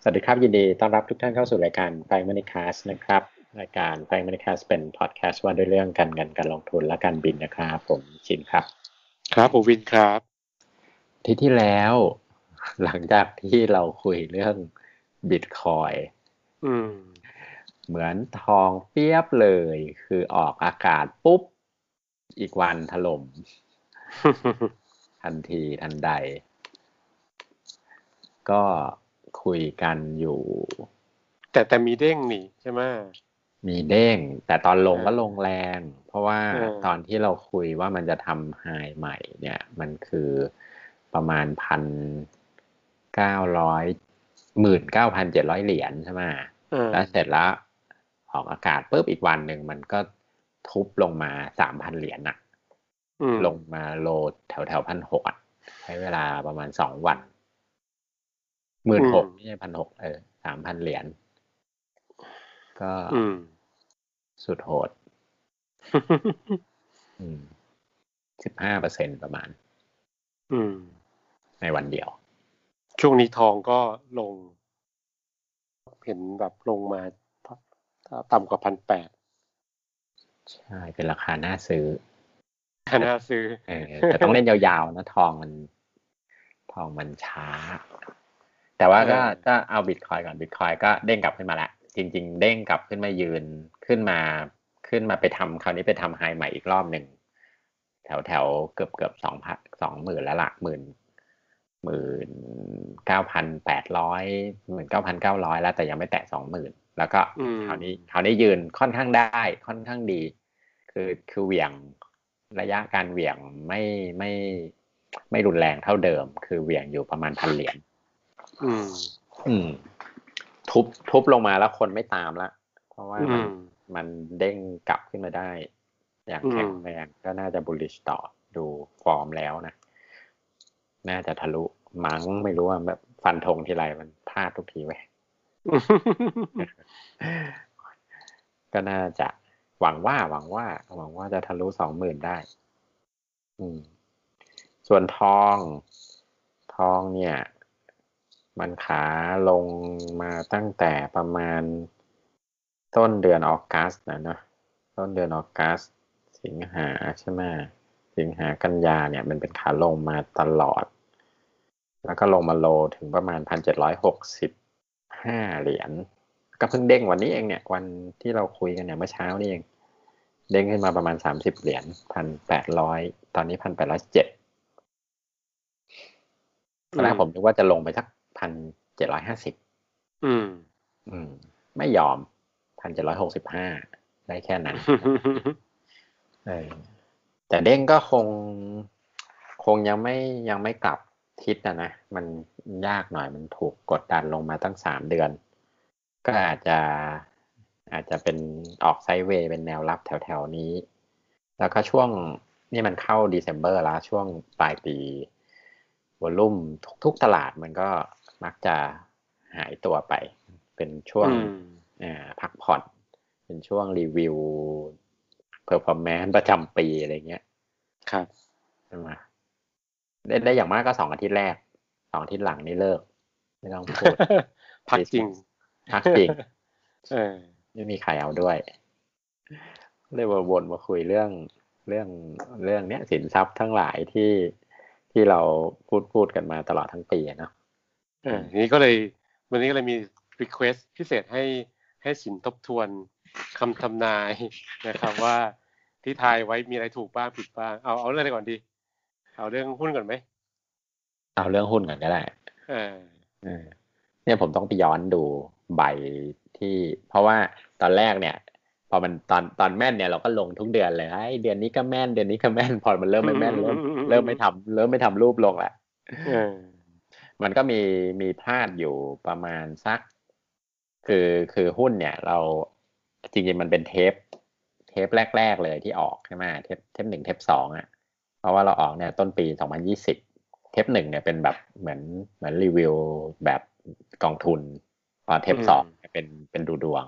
วัสดีครับยินดีต้อนรับทุกท่านเข้าสู่รายการ Frank Money Cast นะครับรายการ Frank Money Cast เป็นพอดแคสต์ว่าด้วยเรื่องการเงินการลงทุนและการบินนะครับผมชินครับครับผมวินครับที่แล้วหลังจากที่เราคุยเรื่องบิตคอยเหมือนทองเปียบเลยคือออกอากาศปุ๊บอีกวันถล่ม ทันทีทันใดก็คุยกันอยู่แต่มีเด้งนี่ใช่ไหมมีเด้งแต่ตอนลงก็ลงแรงเพราะว่าตอนที่เราคุยว่ามันจะทำไฮใหม่เนี่ยมันคือประมาณ19,700 เหรียญใช่ไหมแล้วเสร็จแล้วออกอากาศปุ๊บอีกวันหนึ่งมันก็ทุบลงมา3,000 เหรียญอะลงมาโลแถว1,600อ่ะใช้เวลาประมาณ2 วัน16,000ไม่ใช่1,6003,000 เหรียญก็สุดโหด15%ประมาณในวันเดียวช่วงนี้ทองก็ลงเห็นแบบลงมาต่ำกว่า1,800 ใช่เป็นราคาน่าซื้อแต่ต้องเล่นยาวๆนะทองมันช้าแต่ว่าก็เอาบิตคอยก่อนบิตคอยก็เด้งกลับขึ้นมาแล้วจริงๆเด้งกลับขึ้นมายืนขึ้นมาไปทำคราวนี้ไปทำไฮใหม่อีกรอบหนึ่งแถวเกือบ20,000แล้วล่ะ19,80019,900แล้วแต่ยังไม่แตะ20,000แล้วก็คราวนี้ยืนค่อนข้างได้ค่อนข้างดีคือเหวี่ยงระยะการเหวี่ยงไม่รุนแรงเท่าเดิมคือเหวี่ยงอยู่ประมาณ1,000 เหรียญทุบลงมาแล้วคนไม่ตามละเพราะว่ามันเด้งกลับขึ้นมาได้อย่างแข็งแรงก็น่าจะ bullish ต่อดูฟอร์มแล้วนะน่าจะทะลุมั้งไม่รู้ว่าแบบฟันธงทีไรมันพลาดทุกทีเว้ย ก็น่าจะหวังว่าจะทะลุ20,000ได้ส่วนทองเนี่ยมันขาลงมาตั้งแต่ประมาณต้นเดือนออกัสนะต้นเดือนออกัสสิงหาใช่ไหมสิงหากันยาเนี่ยมันเป็นขาลงมาตลอดแล้วก็ลงมาโลถึงประมาณ1,765 เหรียญก็เพิ่งเด้งวันนี้เองเนี่ยวันที่เราคุยกันเนี่ยเมื่อเช้านี่เองเด้งขึ้นมาประมาณ30 เหรียญ1,800ตอนนี้1,807ตอนแรกผมนึกว่าจะลงไปสัก1,750ไม่ยอม1,765ได้แค่นั้นแต่เด้งก็คงยังไม่กลับทิศนะมันยากหน่อยมันถูกกดดันลงมาตั้ง3 เดือนก็อาจจะเป็นออกไซด์เวย์เป็นแนวรับแถวๆนี้แล้วก็ช่วงนี่มันเข้าDecemberแล้วช่วงปลายปีวอลลุ่มทุกตลาดมันก็มักจะหายตัวไปเป็นช่วงพักผ่อนเป็นช่วงรีวิวเพอร์ฟอร์แมนซ์ประจำปีอะไรเงี้ยครับใช่ไหมได้อย่างมากก็2 อาทิตย์แรก2 อาทิตย์หลังนี่เลิกไม่ต้องพูดพักจริงไม่มีใครเอาด้วยเลยวนมาคุยเรื่องเนี้ยสินทรัพย์ทั้งหลายที่เราพูดกันมาตลอดทั้งปีเนาะวันนี้ก็เลยมี request พิเศษให้สินทบทวนคำทำนายนะครับว่าที่ทายไว้มีอะไรถูกบ้างผิดบ้างเอาเรื่องอะไรก่อนดีเอาเรื่องหุ้นก่อนไหมเอาเรื่องหุ้นก่อนก็ได้เนี่ยผมต้องไปย้อนดูใบที่เพราะว่าตอนแรกเนี่ยพอมันตอนแม่นเนี่ยเราก็ลงทุกเดือนเลยเดือนนี้ก็แม่นเดือนนี้ก็แม่นพอมันเริ่มไม่แม่นเริ่มไม่ทำรูปลงแหละมันก็มีพลาดอยู่ประมาณสักคือหุ้นเนี่ยเราจริงๆมันเป็นเทปแรกๆเลยที่ออกใช่ไหมเทป1เทป2อ่ะเพราะว่าเราออกเนี่ยต้นปี2020เทป1เนี่ยเป็นแบบเหมือนรีวิวแบบกองทุนพอเทป2เป็นดูดวง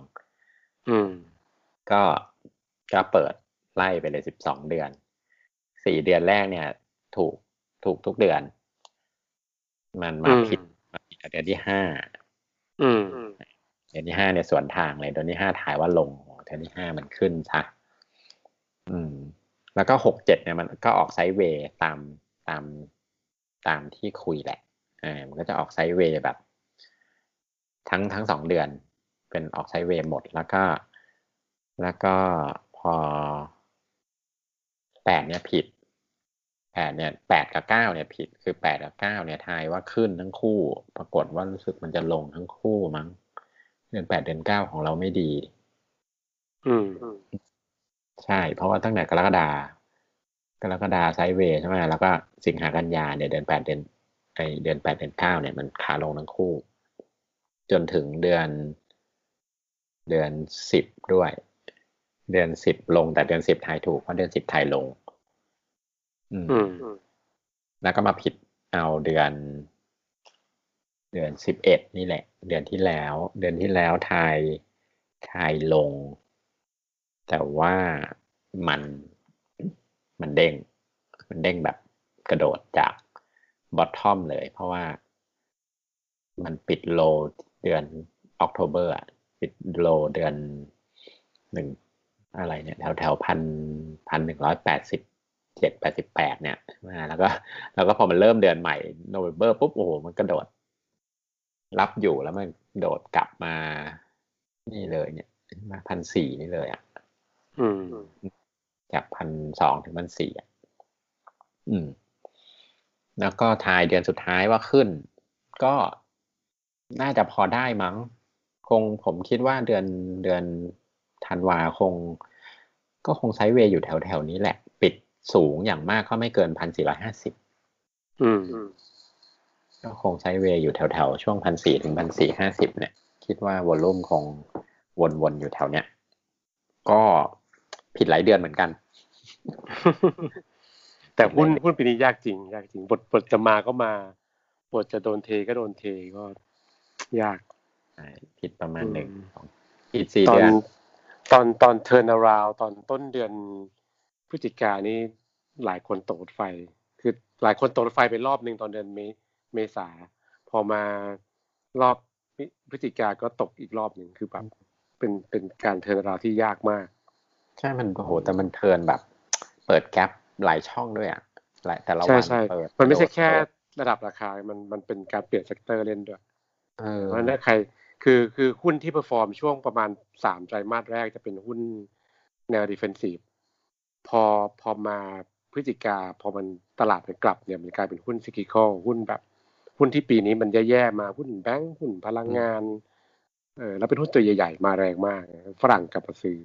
ก็เปิดไล่ไปเลย12 เดือน4 เดือนแรกเนี่ยถูกทุกเดือนมันมาผิดเดือนที่5 อืมเดือนที่ห้าเนี่ยสวนทางเลยเดือนที่ห้าทายว่าลงเดือนที่ห้ามันขึ้นซะแล้วก็6-7เนี่ยมันก็ออกไซด์เวย์ตามตามที่คุยแหละมันก็จะออกไซด์เวย์แบบทั้ง2 เดือนเป็นออกไซด์เวย์หมดแล้วก็พอ8เนี่ยผิดเนี่ย8 กับ 9เนี่ยผิดคือ8 กับ 9เนี่ยทายว่าขึ้นทั้งคู่ปรากฏว่ารู้สึกมันจะลงทั้งคู่มั้งเดือน8เดือน9ของเราไม่ดีใช่เพราะว่าตั้งแต่กรกฎาไซด์เวย์ใช่ไหมแล้วก็สิงหากันยาเนี่ยเดือน8เดือน9เนี่ยมันขาลงทั้งคู่จนถึงเดือน 10ด้วยเดือน 10ลงแต่เดือน 10ทายถูกเพราะเดือน 10ทายลงแล้วก็มาผิดเอาเดือน11นี่แหละเดือนที่แล้วทายลงแต่ว่ามันมันเด้งแบบกระโดดจากบอททอมเลยเพราะว่ามันปิดโลเดือนออกโทเบอร์ปิดโลเดือน1อะไรเนี่ยแถว1,187-88เนี่ยแล้วก็พอมันเริ่มเดือนใหม่โนเวมเบอร์ปุ๊บโอ้โหมันกระโดดรับอยู่แล้วมันโดดกลับมานี่เลยเนี่ยมา1,400นี่เลยจาก1,200ถึง1,400แล้วก็ทายเดือนสุดท้ายว่าขึ้นก็น่าจะพอได้มั้งผมคิดว่าเดือนธันวาก็คงไซด์เวย์อยู่แถวนี้แหละปิดสูงอย่างมากก็ไม่เกิน1,450ก็คงไซด์เวย์อยู่แถวช่วง1,400ถึง1,450เนี่ยคิดว่าวอลลุ่มคงวนอยู่แถวเนี้ยก็ผิดหลายเดือนเหมือนกันแต่หุ้นปีนี้ยากจริงบทจะมาก็มาบทจะโดนเทก็โดนเทก็ยากผิดประมาณ1ผิด4 เดือนตอนเทิร์นอราวตอนต้นเดือนพฤศจิกายนนี่หลายคนตกรถไฟคือหลายคนตกรถไฟไปรอบนึงตอนเดือนเมษาพอมารอบพฤศจิกายนก็ตกอีกรอบนึงคือแบบเป็นการเทิร์นอราวที่ยากมากใช่มันโอ้โหแต่มันเทิร์นแบบเปิดแก๊ปหลายช่องด้วยแต่ละวันเปิดมันไม่ใช่แค่ระดับราคามันเป็นการเปลี่ยนเซกเตอร์เล่นด้วยเพราะฉะนั้นใครคือหุ้นที่เปอร์ฟอร์มช่วงประมาณ3ไตรมาสแรกจะเป็นหุ้นแนวดิเฟนซีฟพอมาพฤศจิกาพอมันตลาดมันกลับเนี่ยมันกลายเป็นหุ้นซิคลิคอลหุ้นแบบหุ้นที่ปีนี้มันแย่ๆมาหุ้นแบงก์หุ้นพลังงานแล้วเป็นหุ้นตัวใหญ่ๆมาแรงมากฝรั่งกลับมาซื้อ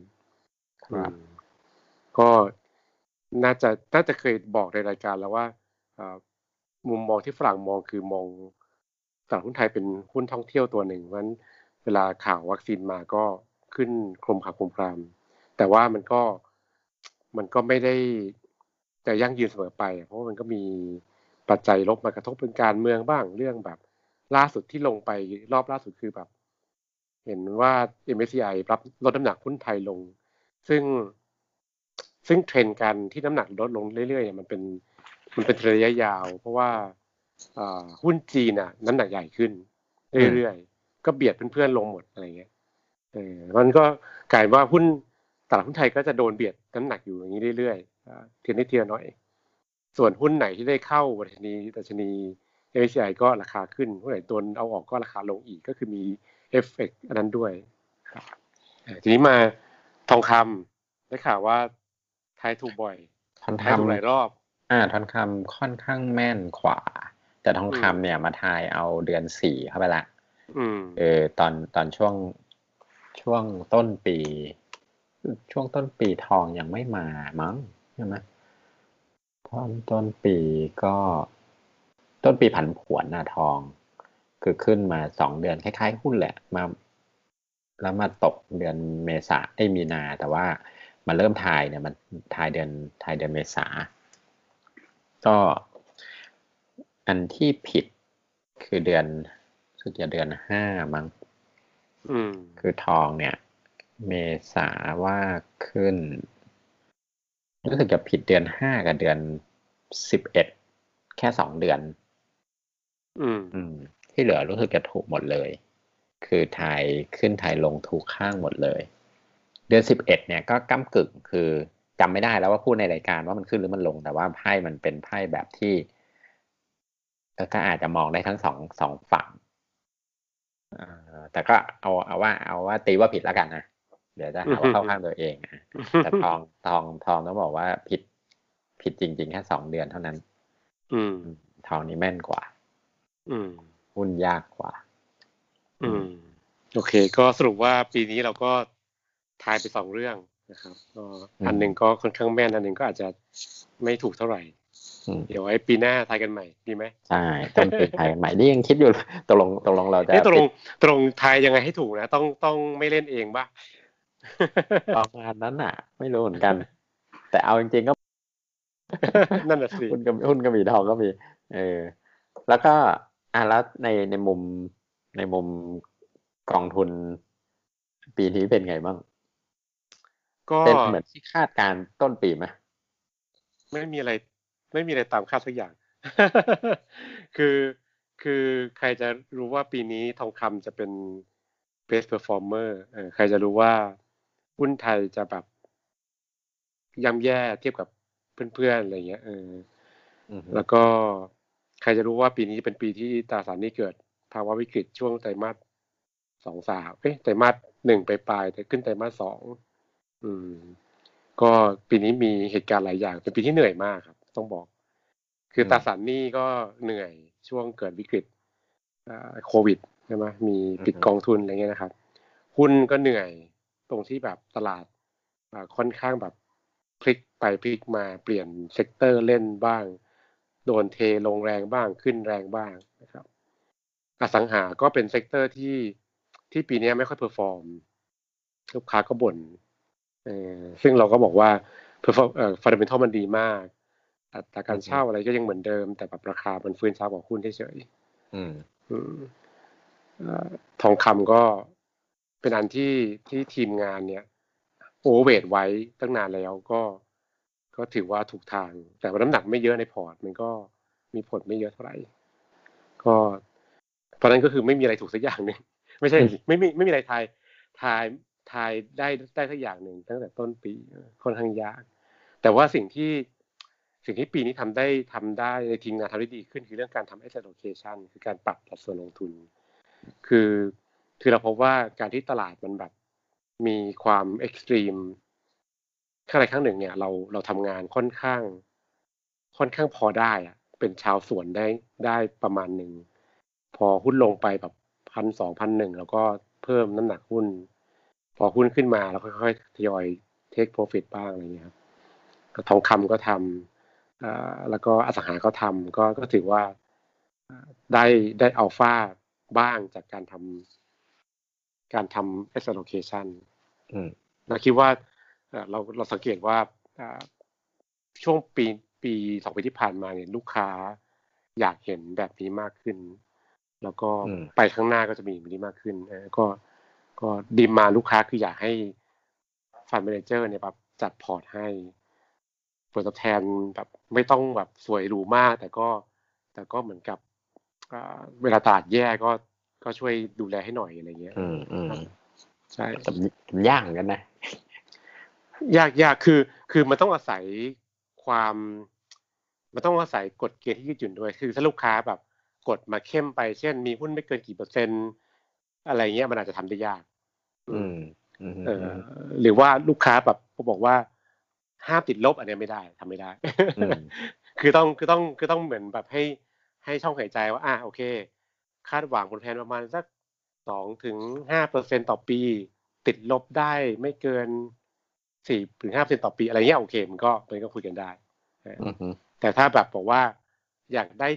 ก็น่าจะเคยบอกในรายการแล้วว่ามุมมองที่ฝรั่งมองคือมองตลาดหุ้นไทยเป็นหุ้นท่องเที่ยวตัวหนึ่งเพราะฉะนั้นเวลาข่าววัคซีนมาก็ขึ้นโครมครามแต่ว่ามันก็ไม่ได้จะยั่งยืนเสมอไปเพราะมันก็มีปัจจัยลบมากระทบเป็นการเมืองบ้างเรื่องแบบล่าสุดที่ลงไปรอบล่าสุดคือแบบเห็นว่า MSCI ปรับลดน้ำหนักหุ้นไทยลงซึ่งเทรนด์การที่น้ำหนักลดลงเรื่อยๆเนี่ยมันเป็นระยะยาวเพราะว่าหุ้นจีนน่ะน้ำหนักใหญ่ขึ้นเรื่อยๆก็เบียดเพื่อนๆลงหมดอะไรเงี้ยมันก็กลายว่าหุ้นตลาดหุ้นไทยก็จะโดนเบียดน้ำหนักอยู่อย่างนี้เรื่อยๆทีนิดทีละน้อยส่วนหุ้นไหนที่ได้เข้าดัชนี MSCI ก็ราคาขึ้นหุ้นไหนตัวเอาออกก็ราคาลงอีกก็คือมีเอฟเฟกต์อันนั้นด้วยครับทีนี้มาทองคำได้ข่าวว่าทายถูกบ่อยทายถูกหลายรอบทองคำค่อนข้างแม่นขวาแต่ทองคำเนี่ยมาทายเอาเดือน4เข้าไปละตอนช่วงต้นปีทองยังไม่มามั้งใช่ไหมต้นปีก็ต้นปีผันผวนทองคือขึ้นมา2 เดือนคล้ายๆหุ้นแหละแล้วมาตกเดือนเมษามีนาแต่ว่ามาเริ่มทายเนี่ยมันทายเดือนเมษาก็อันที่ผิดคือเดือนสุดจะเดือน5มั้งคือทองเนี่ยเมษาว่าขึ้นรู้สึกจะผิดเดือน5กับเดือน11แค่2 เดือนที่เหลือรู้สึกจะถูกหมดเลยคือไทยขึ้นไทยลงทุกข้างหมดเลยเดือน11เนี่ยก็ก้ำกึ่งคือจำไม่ได้แล้วว่าพูดในรายการว่ามันขึ้นหรือมันลงแต่ว่าไพ่มันเป็นไพ่แบบที่ก็อาจจะมองได้ทั้งสองฝั่งแต่ก็เอาว่าตีว่าผิดแล้วกันนะเดี๋ยวจะหาว่าเข้าข้างตัวเองนะแต่ทองต้องบอกว่าผิดจริงๆแค่2 เดือนเท่านั้นทองนี้แม่นกว่าหุ้นยากกว่าโอเคก็สรุปว่าปีนี้เราก็ทายไป2เรื่องนะครับก็อันหนึ่งก็ค่อนข้างแม่นอันหนึ่งก็อาจจะไม่ถูกเท่าไหร่เดี๋ยวไว้ปีหน้าทายกันใหม่ดีไหมใช่ต้นปีทายกันใหม่นี่ยังคิดอยู่ตกลงเราจะตรงทายยังไงให้ถูกนะต้องไม่เล่นเองป่ะประมาณนั้นน่ะไม่รู้เหมือนกันแต่เอาจริงๆก็นั่นแหละสิหุ้นก็มีทองก็มีแล้วก็แล้วในมุมกองทุนปีนี้เป็นไงบ้างก็เป็นเหมือนที่คาดการต้นปีไหมไม่มีอะไรตามคาดสักอย่างคือใครจะรู้ว่าปีนี้ทองคำจะเป็น best performer ใครจะรู้ว่าหุ้นไทยจะแบบย่ำแย่เทียบกับเพื่อนๆอะไรเงี้ยแล้วก็ใครจะรู้ว่าปีนี้เป็นปีที่ตราสารหนี้เกิดภาวะวิกฤตช่วงไตรมาส2-3ไตรมาส1ไปปลายแต่ขึ้นไตรมาส2ก็ปีนี้มีเหตุการณ์หลายอย่างเป็นปีที่เหนื่อยมากครับต้องบอกคือตราสารหนี้ก็เหนื่อยช่วงเกิดวิกฤตโควิดใช่ไหมมีปิดกองทุนอะไรเงี้ยนะครับหุ้นก็เหนื่อยตรงที่แบบตลาดค่อนข้างแบบพลิกไปพลิกมาเปลี่ยนเซกเตอร์เล่นบ้างโดนเทลงแรงบ้างขึ้นแรงบ้างนะครับอสังหาก็เป็นเซกเตอร์ที่ปีนี้ไม่ค่อยเพอร์ฟอร์มลูกค้าก็บ่นซึ่งเราก็บอกว่าฟันดัมเมนทัลมันดีมากแต่การเช่าอะไรก็ยังเหมือนเดิมแต่แบบราคามันฟื้นช้ากว่าหุ้นเฉยทองคำก็เป็นอันที่ทีมงานเนี่ยโอเวอร์เวทไว้ตั้งนานแล้วก็ถือว่าถูกทางแต่ว่าน้ำหนักไม่เยอะในพอร์ตมันก็มีผลไม่เยอะเท่าไหร่ก็ตอนนั้นก็คือไม่มีอะไรถูกสักอย่างหนึ่งไม่ใช่ไม่มีอะไรทายได้สักอย่างหนึ่งตั้งแต่ต้นปีค่อนข้างยากแต่ว่าสิ่งที่ปีนี้ทำได้ในทีมงานทำได้ดีขึ้นคือเรื่องการทำ asset allocation คือการปรับสัดส่วนลงทุนคือเราพบว่าการที่ตลาดมันแบบมีความเอ็กซ์ตรีมครั้งใดครั้งหนึ่งเนี่ยเราทำงานค่อนข้างพอได้อะเป็นชาวสวนได้ประมาณหนึ่งพอหุ้นลงไปแบบ1,200 1,000แล้วก็เพิ่มน้ำหนักหุ้นพอหุ้นขึ้นมาแล้วค่อยๆทยอยเทคโปรฟิตบ้างอะไรเงี้ยครับทองคำก็ทำแล้วก็อสังหาก็ทำก็ถือว่าได้อัลฟาบ้างจากการทำ asset allocation เราคิดว่าเราสังเกตว่าช่วงปี2 ปีที่ผ่านมาเนี่ยลูกค้าอยากเห็นแบบนี้มากขึ้นแล้วก็ไปข้างหน้าก็จะมีแบบนี้มากขึ้นก็ดีมาลูกค้าคืออยากให้ฟันแมเนเจอร์เนี่ยแบบจัดพอร์ตให้ผลตอบแทนแบบไม่ต้องแบบสวยหรูมากแต่ก็เหมือนกับเวลาตลาดแย่ก็ช่วยดูแลให้หน่อยอะไรเงี้ยใช่ยากเหมือนกันนะยากคือมันต้องอาศัยความมันต้องอาศัยกฎเกณฑ์ที่ยืดหยุ่นด้วยคือถ้าลูกค้าแบบกดมาเข้มไปเช่นมีหุ้นไม่เกินกี่เปอร์เซ็นต์อะไรเงี้ยมันอาจจะทำได้ยากหรือว่าลูกค้าแบบบอกว่าห้ามติดลบอันนี้ไม่ได้ทำไม่ได้คือต้องเหมือนแบบให้ช่องหายใจว่าโอเคคาดหวังผลตอบแทนประมาณสัก2-5%ต่อปีติดลบได้ไม่เกิน4-5%ต่อปีอะไรเงี้ยโอเคมันก็คุยกันได้แต่ถ้าแบบบอกว่าอยากได้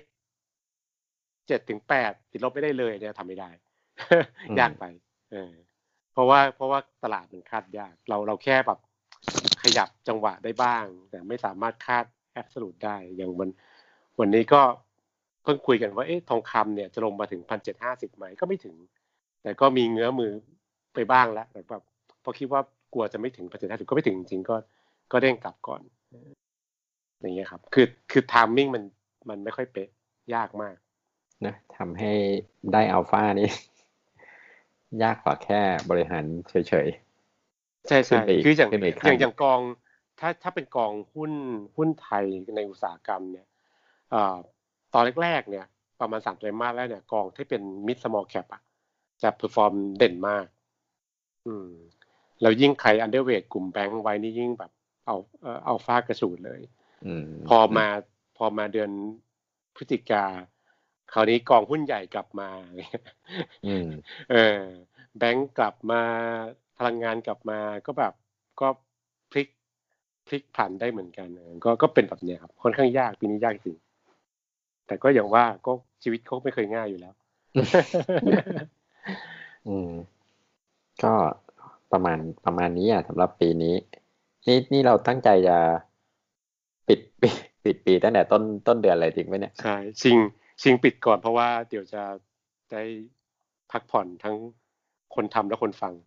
7-8ติดลบไม่ได้เลยเนี่ยทำไม่ได้ยากไปเพราะว่าตลาดมันคาดยากเราแค่แบบขยับจังหวะได้บ้างแต่ไม่สามารถคาดแอบสูตรได้อย่างวันนี้ก็เพิ่งคุยกันว่าทองคำเนี่ยจะลงมาถึง1,750ไหมก็ไม่ถึงแต่ก็มีเงื้อมือไปบ้างแล้วแต่แบบพอคิดว่ากลัวจะไม่ถึง1,750ก็ไม่ถึงจริงๆก็เด้งกลับก่อนอย่างเงี้ยครับคือไทมิ่งมันไม่ค่อยเป๊ะยากมากนะทำให้ได้อัลฟานี่ยากกว่าแค่บริหารเฉยใช่ๆขึ้นใช่ไปอีกคืออย่างขึ้นไปอีกอย่างขั้นอย่างกองถ้าเป็นกองหุ้นไทยในอุตสาหกรรมเนี่ยอ่าตอนแรกๆเนี่ยประมาณ3 ไตรมาสแรกเนี่ยกองที่เป็น mid small cap อ่ะจะเพอร์ฟอร์มเด่นมากอืมแล้วยิ่งใคร underweight กลุ่มแบงก์ไว้นี่ยิ่งแบบเอาฟากระสูดเลยอืมพอมาพอมาเดือนพฤศจิกาคราวนี้กองหุ้นใหญ่กลับมาอืมเออแบงก์กลับมาพลังงานกลับมาก็แบบก็พลิกพลิกผันได้เหมือนกันก็เป็นแบบเนี้ยครับค่อนข้างยากปีนี้ยากจริงแต่ก็อย่างว่าก็ชีวิตเขาไม่เคยง่ายอยู่แล้วอืมก็ประมาณนี้อ่ะสำหรับปีนี้นี่เราตั้งใจจะปิดปีตั้งแต่ต้นเดือนเลยจริงไหมเนี่ยใช่ชิงปิดก่อนเพราะว่าเดี๋ยวจะได้พักผ่อนทั้งคนทำและคนฟัง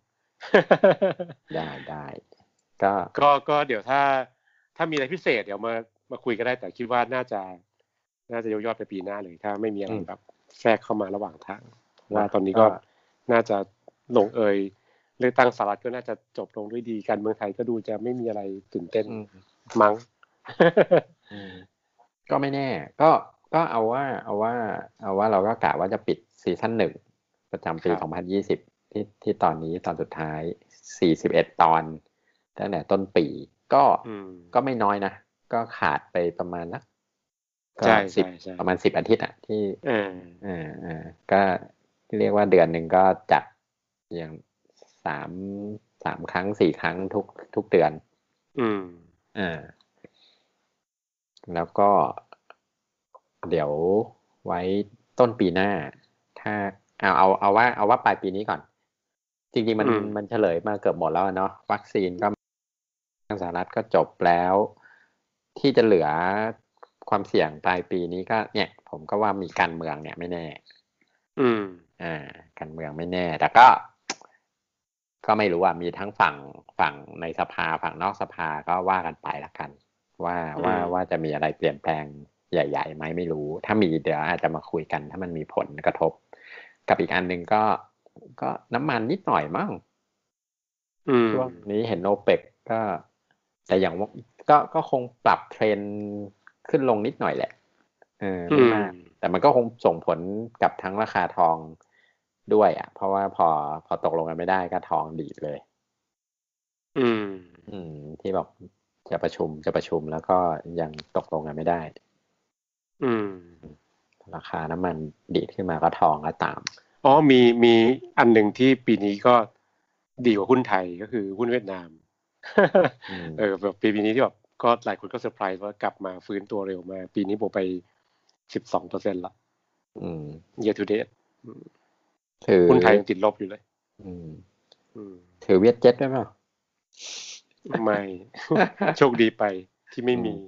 ได้ก็ก็เดี๋ยวถ้ามีอะไรพิเศษเดี๋ยวมาคุยกันได้แต่คิดว่าน่าจะยกยอดไปปีหน้าเลยถ้าไม่มีอะไรแบบแทรกเข้ามาระหว่างทางเพราะว่าตอนนี้ก็น่าจะลงเอยเลือกตั้งสหรัฐก็น่าจะจบลงด้วยดีการเมืองไทยก็ดูจะไม่มีอะไรตื่นเต้นมั้งก็ไม่แน่ก็เอาว่าเราก็กะว่าจะปิดซีซั่น1ประจำปีครับ 2020ที่ตอนนี้ตอนสุดท้าย41ตอนตั้งแต่ต้นปีก็ไม่น้อยนะก็ขาดไปประมาณนักก็ใช่สิบใช่ใช่ประมาณ10 อาทิตย์อ่ะที่เออก็เรียกว่าเดือนหนึ่งก็จัดอย่างสาม3 ครั้ง4 ครั้งทุกเดือนอืมอ่า แล้วก็เดี๋ยวไว้ต้นปีหน้าถ้าเอาว่าปลายปีนี้ก่อนจริงๆมันเฉลยมาเกือบหมดแล้วเนาะวัคซีนก็ทางสหรัฐก็จบแล้วที่จะเหลือความเสี่ยงปลายปีนี้ก็เนี่ยผมก็ว่ามีการเมืองเนี่ยไม่แน่อืมการเมืองไม่แน่แต่ก็ไม่รู้ว่ามีทั้งฝั่งในสภาฝั่งนอกสภาก็ว่ากันไปละกัน ว่าจะมีอะไรเปลี่ยนแปลงใหญ่ๆไหมไม่รู้ถ้ามีเดี๋ยวอาจจะมาคุยกันถ้ามันมีผลกระทบกับอีกอันหนึ่งก็น้ำมันนิดหน่อยมั้งช่วงนี้เห็นโอเปกก็แต่อย่างว่าก็คงปรับเทรนขึ้นลงนิดหน่อยแหละไม่มากแต่มันก็คงส่งผลกับทั้งราคาทองด้วยอ่ะเพราะว่าพอตกลงกันไม่ได้ก็ทองดีดเลยอืมที่บอกจะประชุมแล้วก็ยังตกลงกันไม่ได้ ราคาน้ำมันดีดขึ้นมาก็ทองก็ตามอ๋อมีอันหนึ่งที่ปีนี้ก็ดีกว่าหุ้นไทยก็คือหุ้นเวียดนามแบบปีนี้ที่แบบก็หลายคนก็เซอร์ไพรส์ว่ากลับมาฟื้นตัวเร็วมากปีนี้บวกไป12%ละyear to date หุ้นไทยยังติดลบอยู่เลยถือเวียดเจ็ตด้วยเปล่าไม่ โชคดีไปที่ไม่มี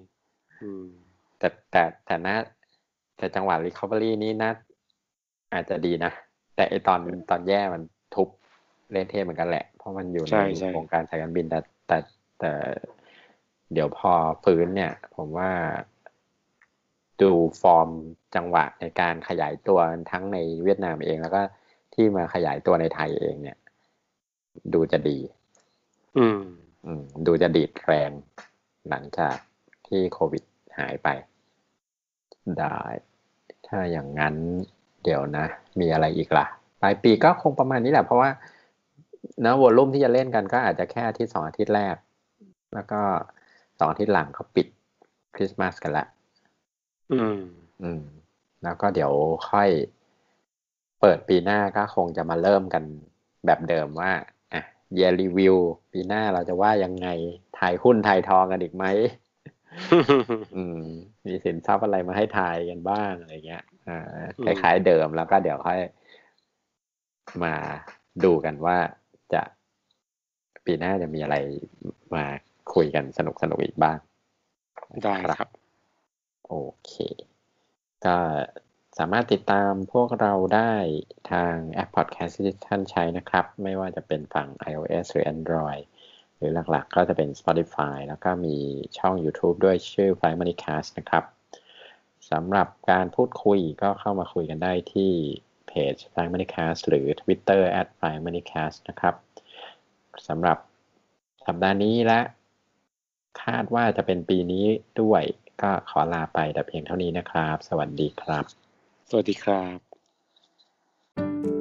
แต่แต่จังหวะ recovery นี้นะอาจจะดีนะแต่ไอตอนแย่มันทุบเละเทะเหมือนกันแหละเพราะมันอยู่ในวงการสายการบินแต่เดี๋ยวพอฟื้นเนี่ยผมว่าดูฟอร์มจังหวะในการขยายตัวทั้งในเวียดนามเองแล้วก็ที่มาขยายตัวในไทยเองเนี่ยดูจะดีดูจะดีดแรงหลังจากที่โควิดหายไปได้ถ้าอย่างนั้นเดี๋ยวนะมีอะไรอีกล่ะปลายปีก็คงประมาณนี้แหละเพราะว่านะวอลลุ่มที่จะเล่นกันก็อาจจะแค่อาทิตย์2 อาทิตย์แรกแล้วก็2 อาทิตย์หลังเขาปิดคริสต์มาสกันละแล้วก็เดี๋ยวค่อยเปิดปีหน้าก็คงจะมาเริ่มกันแบบเดิมว่าyear review ปีหน้าเราจะว่ายังไงถ่ายหุ้นถ่ายทองกันอีกไหมมีสินทรัพย์อะไรมาให้ทายกันบ้างอะไรเงี้ยคล้ายๆเดิมแล้วก็เดี๋ยวค่อยมาดูกันว่าจะปีหน้าจะมีอะไรมาคุยกันสนุกอีกบ้างได้ครับโอเคก็สามารถติดตามพวกเราได้ทางแอป Podcast ที่ท่านใช้นะครับไม่ว่าจะเป็นฝั่ง iOS หรือ Android หรือหลักๆก็จะเป็น Spotify แล้วก็มีช่อง YouTube ด้วยชื่อ Fly Moneycast นะครับสำหรับการพูดคุยก็เข้ามาคุยกันได้ที่เพเพจ Flying Moneycast หรือ Twitter @Flying Moneycast นะครับสำหรับสัปดาห์นี้และคาดว่าจะเป็นปีนี้ด้วยก็ขอลาไปแต่เพียงเท่านี้นะครับสวัสดีครับสวัสดีครับ